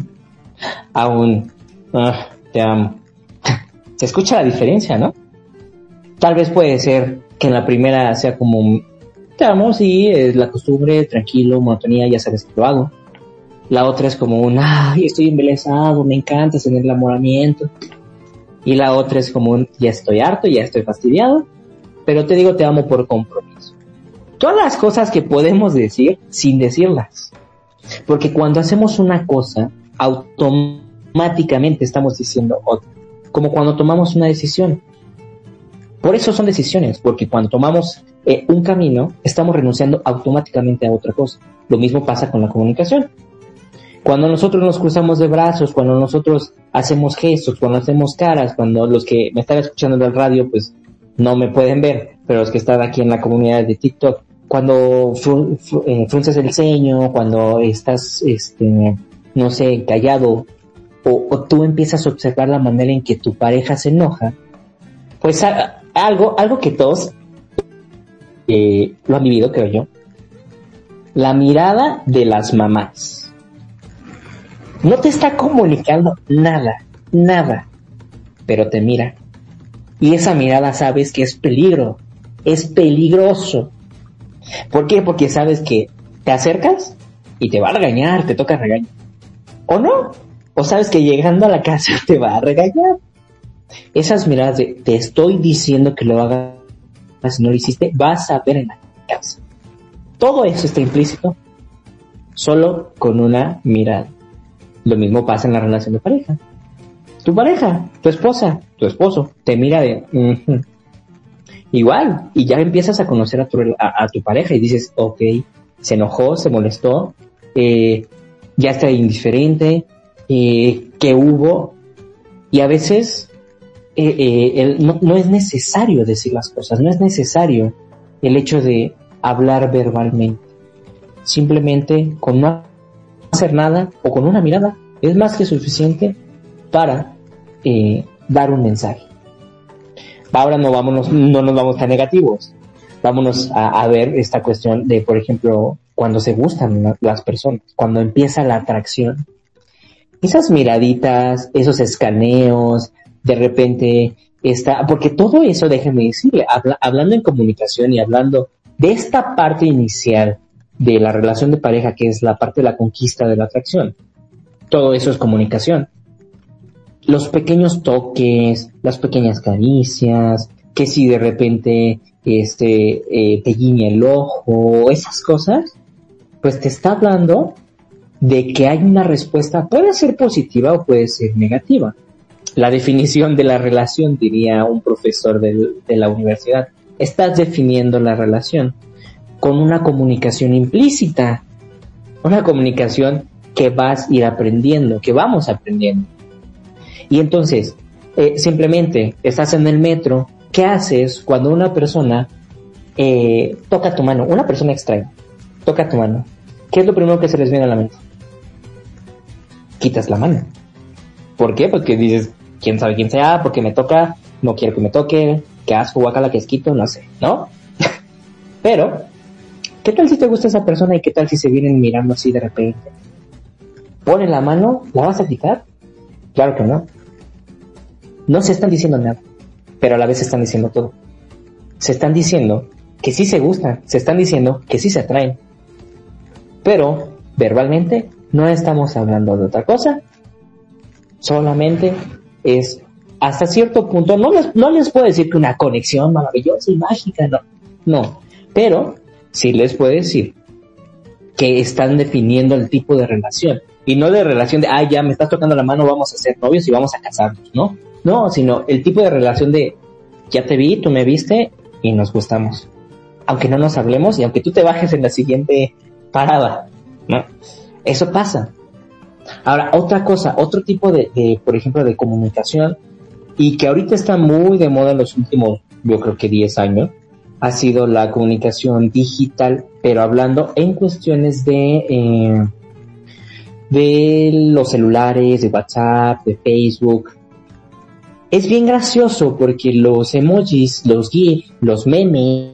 te amo. Se escucha la diferencia, ¿no? Tal vez puede ser que en la primera sea como, te amo, sí, es la costumbre, tranquilo, monotonía, ya sabes que lo hago. La otra es como estoy embelesado, me encanta tener el enamoramiento. Y la otra es como ya estoy harto, ya estoy fastidiado, pero te digo te amo por compromiso. Todas las cosas que podemos decir sin decirlas. Porque cuando hacemos una cosa, automáticamente estamos diciendo otra. Como cuando tomamos una decisión. Por eso son decisiones, porque cuando tomamos un camino, estamos renunciando automáticamente a otra cosa. Lo mismo pasa con la comunicación. Cuando nosotros nos cruzamos de brazos, cuando nosotros hacemos gestos, cuando hacemos caras, cuando los que me están escuchando del radio, pues no me pueden ver, pero los que están aquí en la comunidad de TikTok, cuando frunces el ceño, cuando estás, no sé, callado, o tú empiezas a observar la manera en que tu pareja se enoja, pues algo que todos lo han vivido, creo yo. La mirada de las mamás. No te está comunicando nada, pero te mira. Y esa mirada sabes que es peligro, es peligroso. ¿Por qué? Porque sabes que te acercas y te va a regañar, te toca regañar. ¿O no? O sabes que llegando a la casa te va a regañar. Esas miradas de te estoy diciendo que lo hagas, si no lo hiciste, vas a ver en la casa. Todo eso está implícito solo con una mirada. Lo mismo pasa en la relación de pareja. Tu pareja, tu esposa, tu esposo, te mira de... Igual, y ya empiezas a conocer a tu pareja y dices, ok, se enojó, se molestó, ya está indiferente, ¿qué hubo? Y a veces no es necesario decir las cosas, no es necesario el hecho de hablar verbalmente. Simplemente con no hacer nada o con una mirada es más que suficiente para dar un mensaje. Ahora no nos vamos tan negativos. Vámonos a ver esta cuestión de, por ejemplo, cuando se gustan las personas, cuando empieza la atracción. Esas miraditas, esos escaneos, de repente porque todo eso, déjenme decirle, hablando en comunicación y hablando de esta parte inicial de la relación de pareja, que es la parte de la conquista de la atracción, todo eso es comunicación. Los pequeños toques, las pequeñas caricias, que si de repente te guiña el ojo, esas cosas, pues te está hablando de que hay una respuesta, puede ser positiva o puede ser negativa. La definición de la relación, diría un profesor de la universidad, estás definiendo la relación con una comunicación implícita, una comunicación que vas a ir aprendiendo, que vamos aprendiendo. Y entonces, simplemente estás en el metro, ¿qué haces cuando una persona toca tu mano? Una persona extraña toca tu mano. ¿Qué es lo primero que se les viene a la mente? Quitas la mano. ¿Por qué? Porque dices, quién sabe quién sea, porque me toca, no quiero que me toque, qué asco, guacala, que asquito, no sé, ¿no? Pero, ¿qué tal si te gusta esa persona y qué tal si se vienen mirando así de repente? ¿Pone la mano? ¿La vas a quitar? Claro que no. No se están diciendo nada, pero a la vez se están diciendo todo. Se están diciendo que sí se gustan, se están diciendo que sí se atraen. Pero, verbalmente, no estamos hablando de otra cosa. Solamente es, hasta cierto punto, no les puedo decir que una conexión maravillosa y mágica, no. Pero, sí les puedo decir que están definiendo el tipo de relación. Y no de relación de, ya me estás tocando la mano, vamos a ser novios y vamos a casarnos, ¿no? No, sino el tipo de relación de, ya te vi, tú me viste y nos gustamos. Aunque no nos hablemos y aunque tú te bajes en la siguiente parada, ¿no? Eso pasa. Ahora, otra cosa, otro tipo de por ejemplo, de comunicación, y que ahorita está muy de moda en los últimos, yo creo que 10 años, ha sido la comunicación digital, pero hablando en cuestiones de los celulares, de WhatsApp, de Facebook. Es bien gracioso porque los emojis, los GIF, los memes,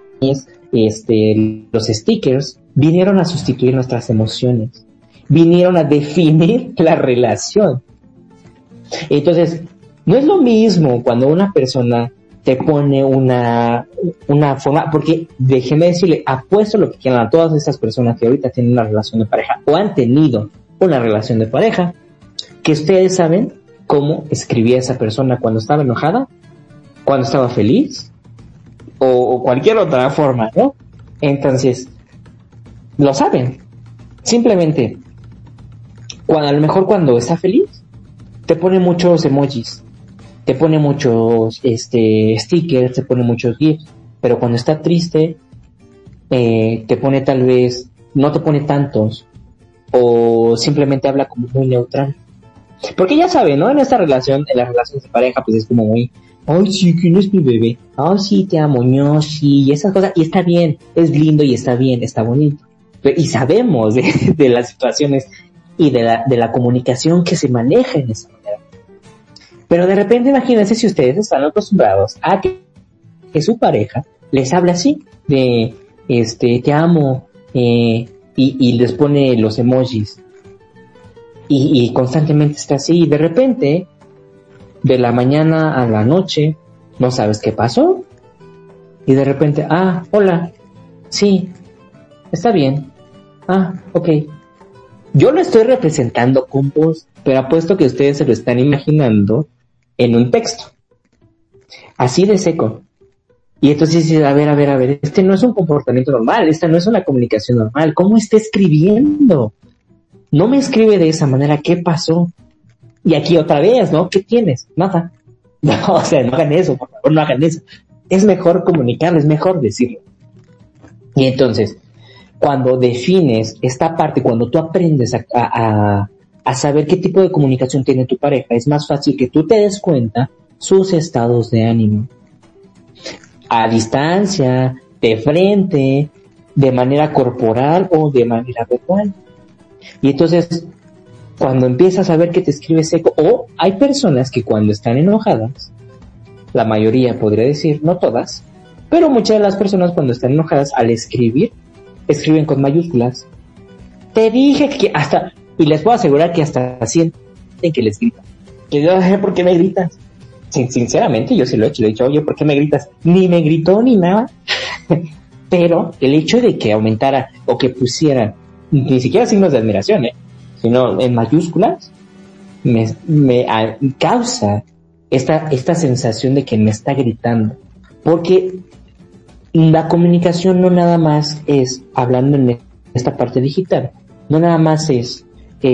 los stickers vinieron a sustituir nuestras emociones, vinieron a definir la relación. Entonces, no es lo mismo cuando una persona te pone una forma, porque déjeme decirle, apuesto lo que quieran a todas estas personas que ahorita tienen una relación de pareja o han tenido una relación de pareja, que ustedes saben cómo escribía esa persona cuando estaba enojada, cuando estaba feliz o cualquier otra forma, ¿no? Entonces, lo saben. Simplemente, a lo mejor cuando está feliz, te pone muchos emojis, te pone muchos stickers, te pone muchos GIFs, pero cuando está triste, te pone tal vez, no te pone tantos, o simplemente habla como muy neutral. Porque ya saben, ¿no? En esta relación, en las relaciones de pareja, pues es como muy, ay, sí, que no es mi bebé, ay, sí, te amo, no, sí, y esas cosas, y está bien, es lindo y está bien, está bonito. Y sabemos de las situaciones y de la comunicación que se maneja en esa manera. Pero de repente, imagínense si ustedes están acostumbrados a que su pareja les habla así, de, te amo, y les pone los emojis, y constantemente está así, y de repente, de la mañana a la noche, no sabes qué pasó, y de repente, hola, sí, está bien, Ok. Yo lo estoy representando con voz, pero apuesto que ustedes se lo están imaginando en un texto. Así de seco. Y entonces dices, a ver, este no es un comportamiento normal, esta no es una comunicación normal. ¿Cómo está escribiendo? No me escribe de esa manera, ¿qué pasó? Y aquí otra vez, ¿no? ¿Qué tienes? Nada. No, o sea, no hagan eso, por favor, no hagan eso. Es mejor comunicarlo, es mejor decirlo. Y entonces, cuando defines esta parte, cuando tú aprendes a saber qué tipo de comunicación tiene tu pareja, es más fácil que tú te des cuenta sus estados de ánimo. A distancia, de frente, de manera corporal o de manera verbal. Y entonces, cuando empiezas a ver que te escribe seco, o hay personas que cuando están enojadas, la mayoría podría decir, no todas, pero muchas de las personas cuando están enojadas al escribir, escriben con mayúsculas. Te dije que hasta, y les puedo asegurar que hasta sienten que les gritan. Que yo, ¿por qué me gritas? Sinceramente, yo sí lo he hecho, le he dicho, oye, ¿por qué me gritas? Ni me gritó ni nada. Pero el hecho de que aumentara o que pusieran ni siquiera signos de admiración, sino en mayúsculas, me causa esta sensación de que me está gritando. Porque la comunicación no nada más es, hablando en esta parte digital, no nada más es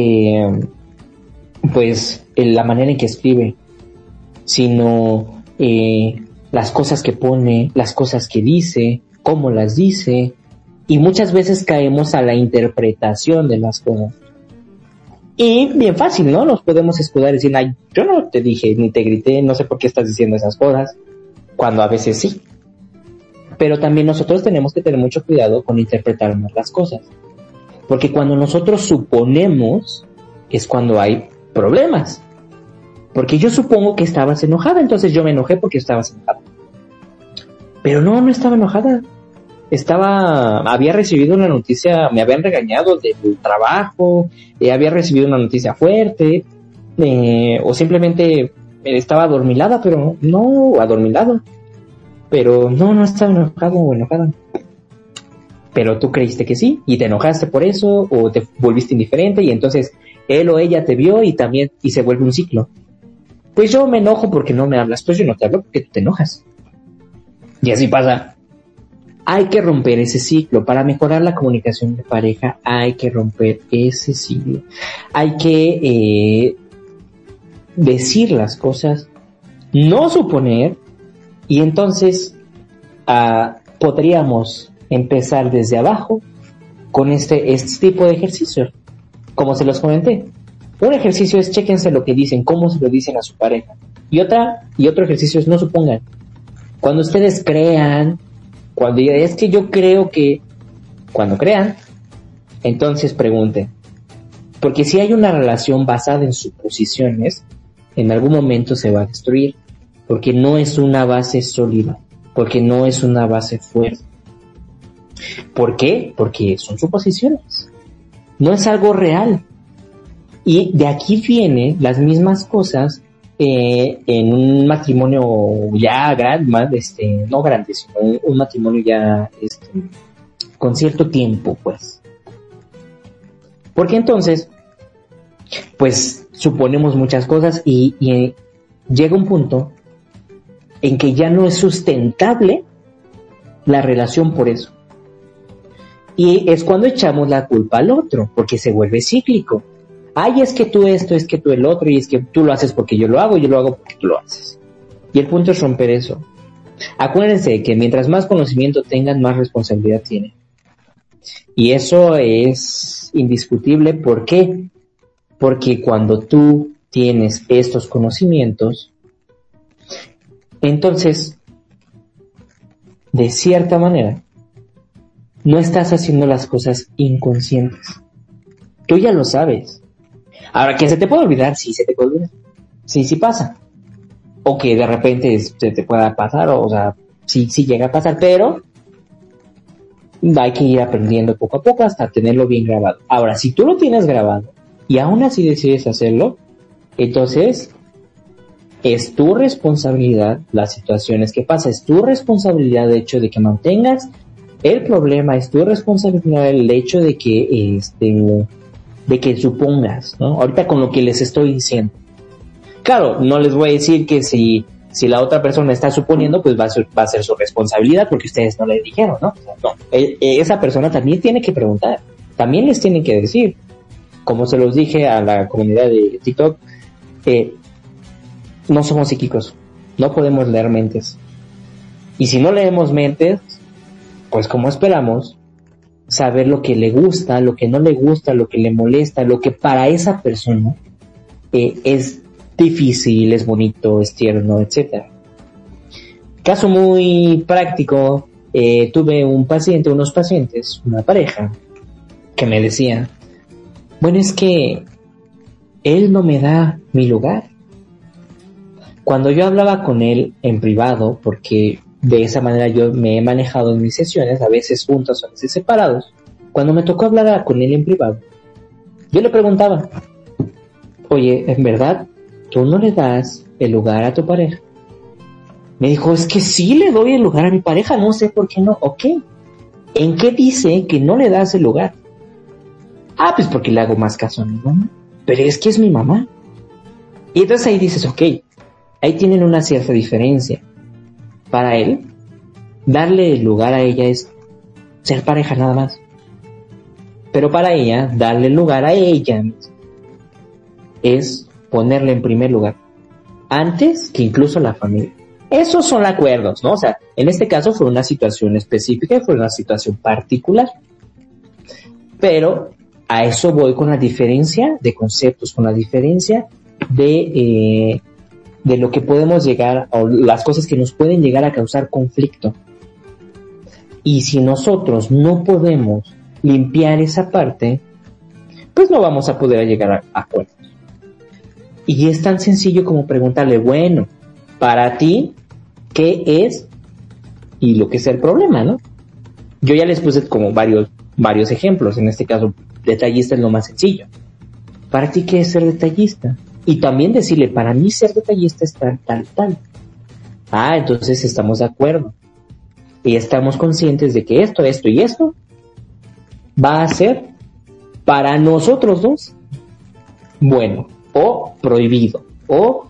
la manera en que escribe, sino las cosas que pone, las cosas que dice, cómo las dice, y muchas veces caemos a la interpretación de las cosas. Y bien fácil, ¿no? Nos podemos escudar y decir, ay, yo no te dije, ni te grité, no sé por qué estás diciendo esas cosas, cuando a veces sí. Pero también nosotros tenemos que tener mucho cuidado con interpretar más las cosas. Porque cuando nosotros suponemos, es cuando hay problemas. Porque yo supongo que estabas enojada, entonces yo me enojé porque estabas enojada. Pero no estaba enojada. Había recibido una noticia, me habían regañado del trabajo, había recibido una noticia fuerte, o simplemente estaba adormilada, pero no, adormilado. Pero no estaba enojado o enojada. Pero tú creíste que sí, y te enojaste por eso, o te volviste indiferente, y entonces él o ella te vio y se vuelve un ciclo. Pues yo me enojo porque no me hablas, pues yo no te hablo porque tú te enojas. Y así pasa. Hay que romper ese ciclo. Para mejorar la comunicación de pareja, hay que romper ese ciclo. Hay que decir las cosas, no suponer, y entonces podríamos empezar desde abajo con este tipo de ejercicio. Como se los comenté. Un ejercicio es chéquense lo que dicen, cómo se lo dicen a su pareja. Y otro ejercicio es no supongan. Cuando ustedes crean, es que yo creo que, cuando crean, entonces pregunten. Porque si hay una relación basada en suposiciones, en algún momento se va a destruir. Porque no es una base sólida. Porque no es una base fuerte. ¿Por qué? Porque son suposiciones. No es algo real. Y de aquí vienen las mismas cosas en un matrimonio ya grande, no grande, sino un matrimonio ya con cierto tiempo, pues. Porque entonces, pues, suponemos muchas cosas y llega un punto en que ya no es sustentable la relación por eso. Y es cuando echamos la culpa al otro, porque se vuelve cíclico. Ay, es que tú esto, es que tú el otro, y es que tú lo haces porque yo lo hago porque tú lo haces. Y el punto es romper eso. Acuérdense que mientras más conocimiento tengan, más responsabilidad tienen. Y eso es indiscutible. ¿Por qué? Porque cuando tú tienes estos conocimientos, entonces, de cierta manera, no estás haciendo las cosas inconscientes. Tú ya lo sabes. Ahora, ¿que se te puede olvidar? Sí, se te puede olvidar. Sí pasa. O que de repente se te pueda pasar, o sea, sí llega a pasar, pero hay que ir aprendiendo poco a poco hasta tenerlo bien grabado. Ahora, si tú lo tienes grabado y aún así decides hacerlo, entonces es tu responsabilidad las situaciones que pasan, es tu responsabilidad el hecho de que mantengas El problema es tu responsabilidad, el hecho de que supongas, ¿no? Ahorita con lo que les estoy diciendo. Claro, no les voy a decir que si la otra persona está suponiendo, pues va a ser su responsabilidad porque ustedes no le dijeron, ¿no? No, esa persona también tiene que preguntar, también les tienen que decir. Como se los dije a la comunidad de TikTok, no somos psíquicos, no podemos leer mentes. Y si no leemos mentes, pues ¿cómo esperamos saber lo que le gusta, lo que no le gusta, lo que le molesta, lo que para esa persona es difícil, es bonito, es tierno, etcétera? Caso muy práctico, tuve unos pacientes, una pareja, que me decía, bueno, es que él no me da mi lugar. Cuando yo hablaba con él en privado, porque de esa manera yo me he manejado en mis sesiones, a veces juntas o a veces separados, cuando me tocó hablar con él en privado, yo le preguntaba, oye, ¿en verdad tú no le das el lugar a tu pareja? Me dijo, es que sí le doy el lugar a mi pareja, no sé por qué no. Ok, ¿en qué dice que no le das el lugar? Ah, pues porque le hago más caso a mi mamá. Pero es que es mi mamá. Y entonces ahí dices, ok, ahí tienen una cierta diferencia. Para él, darle el lugar a ella es ser pareja nada más. Pero para ella, darle el lugar a ella es ponerle en primer lugar, antes que incluso la familia. Esos son acuerdos, ¿no? O sea, en este caso fue una situación específica, fue una situación particular. Pero a eso voy, con la diferencia de conceptos, con la diferencia de lo que podemos llegar, o las cosas que nos pueden llegar a causar conflicto. Y si nosotros no podemos limpiar esa parte, pues no vamos a poder llegar a acuerdos. Y es tan sencillo como preguntarle, bueno, para ti, ¿qué es y lo que es el problema, no? Yo ya les puse como varios ejemplos. En este caso, detallista es lo más sencillo. ¿Para ti qué es ser detallista? Y también decirle, para mí ser detallista es tal. Ah, entonces estamos de acuerdo. Y estamos conscientes de que esto y esto va a ser para nosotros dos bueno, o prohibido, o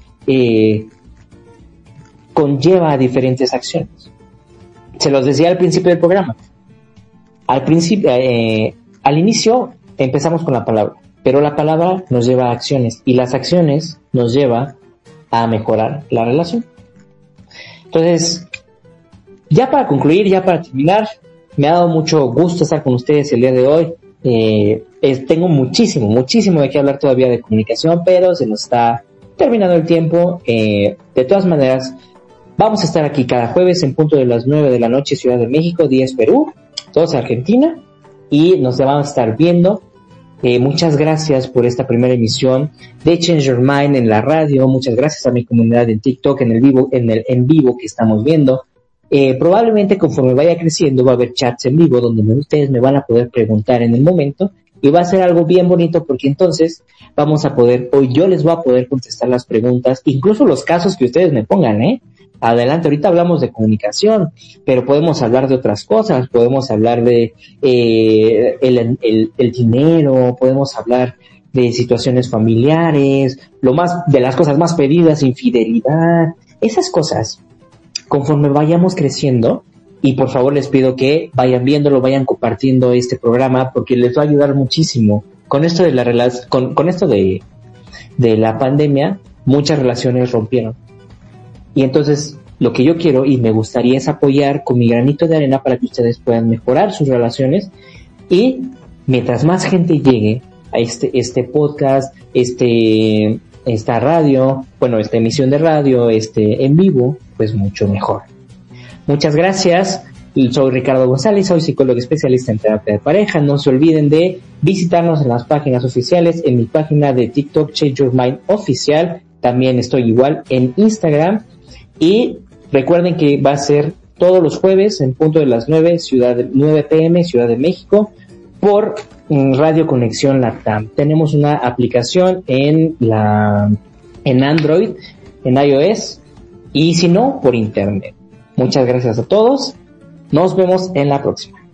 conlleva diferentes acciones. Se los decía al principio del programa. Al inicio empezamos con la palabra, pero la palabra nos lleva a acciones y las acciones nos lleva a mejorar la relación. Entonces, ya para concluir, ya para terminar, me ha dado mucho gusto estar con ustedes el día de hoy. Tengo muchísimo de qué hablar todavía de comunicación, pero se nos está terminando el tiempo. De todas maneras, vamos a estar aquí cada jueves en punto de las 9 de la noche, Ciudad de México, 10 Perú, 2 Argentina, y nos vamos a estar viendo. Muchas gracias por esta primera emisión de Change Your Mind en la radio. Muchas gracias a mi comunidad en TikTok, en el en vivo que estamos viendo. Probablemente conforme vaya creciendo va a haber chats en vivo donde ustedes me van a poder preguntar en el momento, y va a ser algo bien bonito porque entonces vamos a poder, o yo les voy a poder contestar las preguntas, incluso los casos que ustedes me pongan, Adelante, ahorita hablamos de comunicación, pero podemos hablar de otras cosas, podemos hablar de el dinero, podemos hablar de situaciones familiares, de las cosas más pedidas, infidelidad, esas cosas. Conforme vayamos creciendo, y por favor les pido que vayan viéndolo, vayan compartiendo este programa, porque les va a ayudar muchísimo. Con esto de con esto de la pandemia, muchas relaciones rompieron. Y entonces, lo que yo quiero y me gustaría es apoyar con mi granito de arena para que ustedes puedan mejorar sus relaciones. Y mientras más gente llegue a este podcast, esta radio, esta emisión de radio, en vivo, pues mucho mejor. Muchas gracias. Soy Ricardo González, soy psicólogo especialista en terapia de pareja. No se olviden de visitarnos en las páginas oficiales, en mi página de TikTok, Change Your Mind Oficial. También estoy igual en Instagram. Y recuerden que va a ser todos los jueves en punto de las 9 p.m. Ciudad de México por Radio Conexión Latam. Tenemos una aplicación en Android, en iOS, y si no, por internet. Muchas gracias a todos. Nos vemos en la próxima.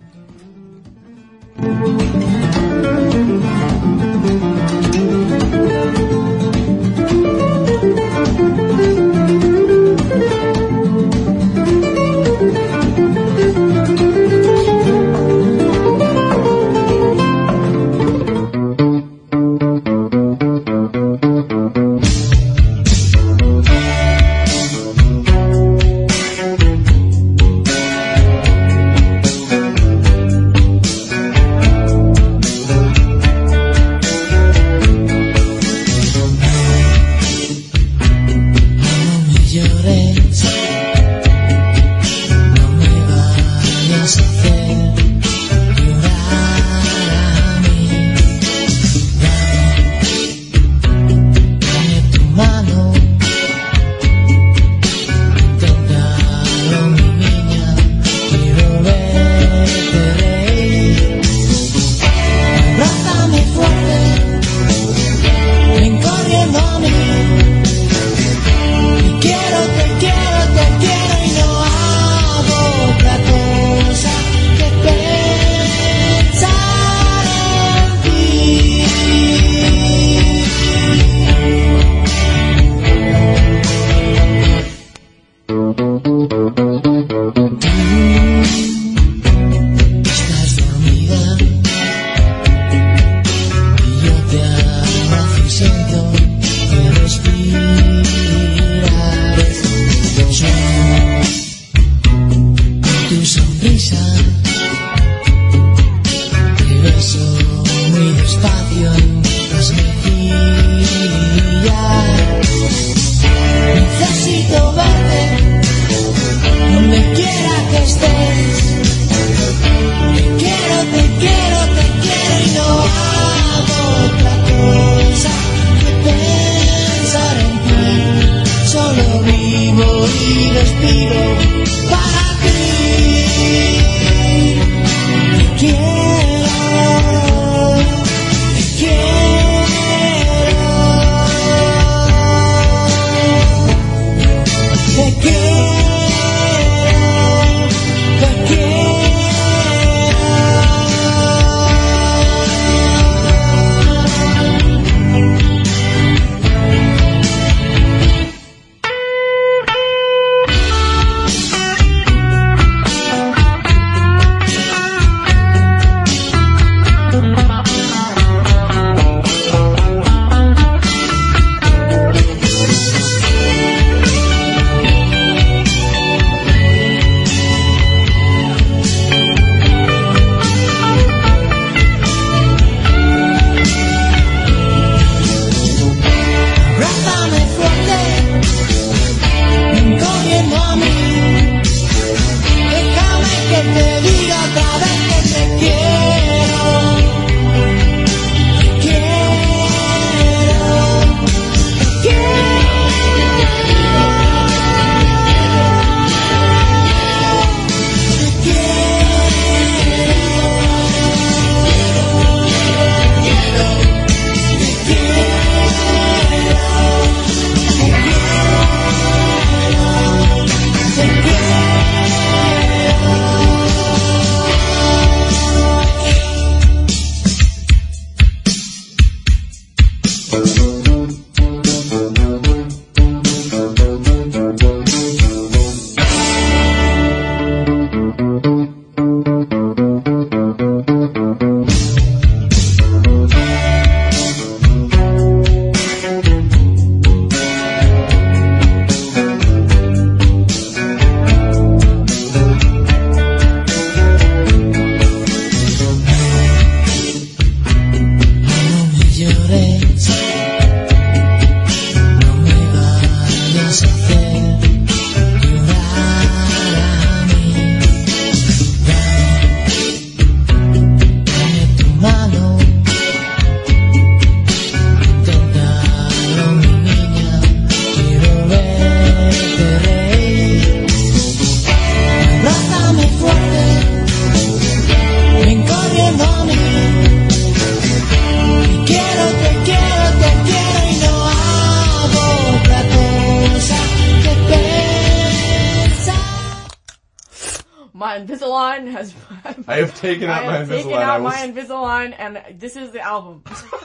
Invisalign has... I have taken out my Invisalign. I have taken out my Invisalign, and this is the album.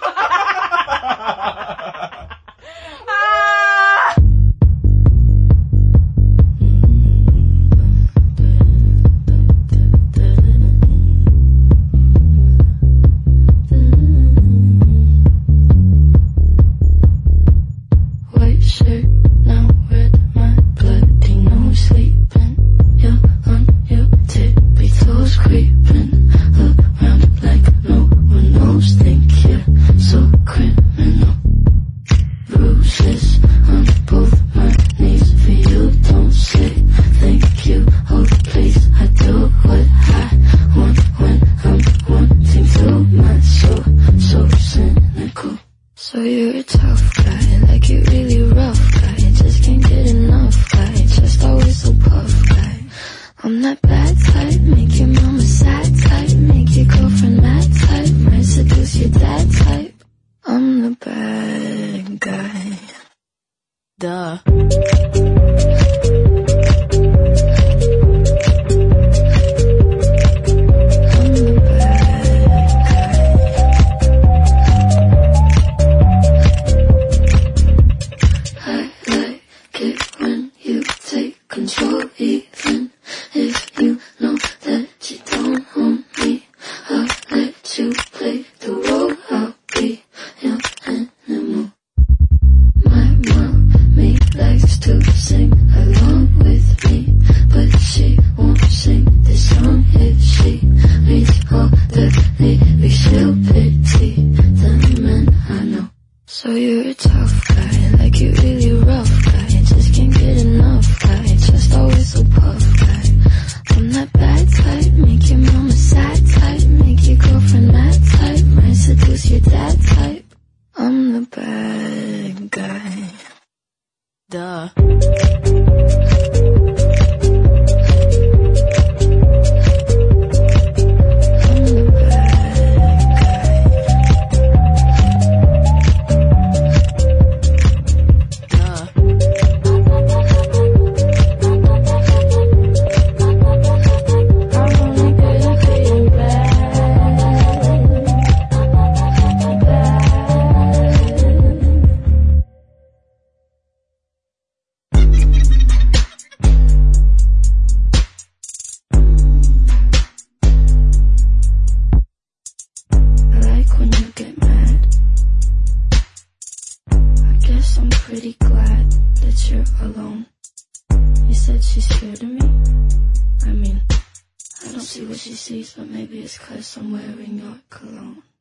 pretty glad that you're alone. You said she's scared of me? I mean, I don't see what she sees, but maybe it's 'cause I'm wearing your cologne.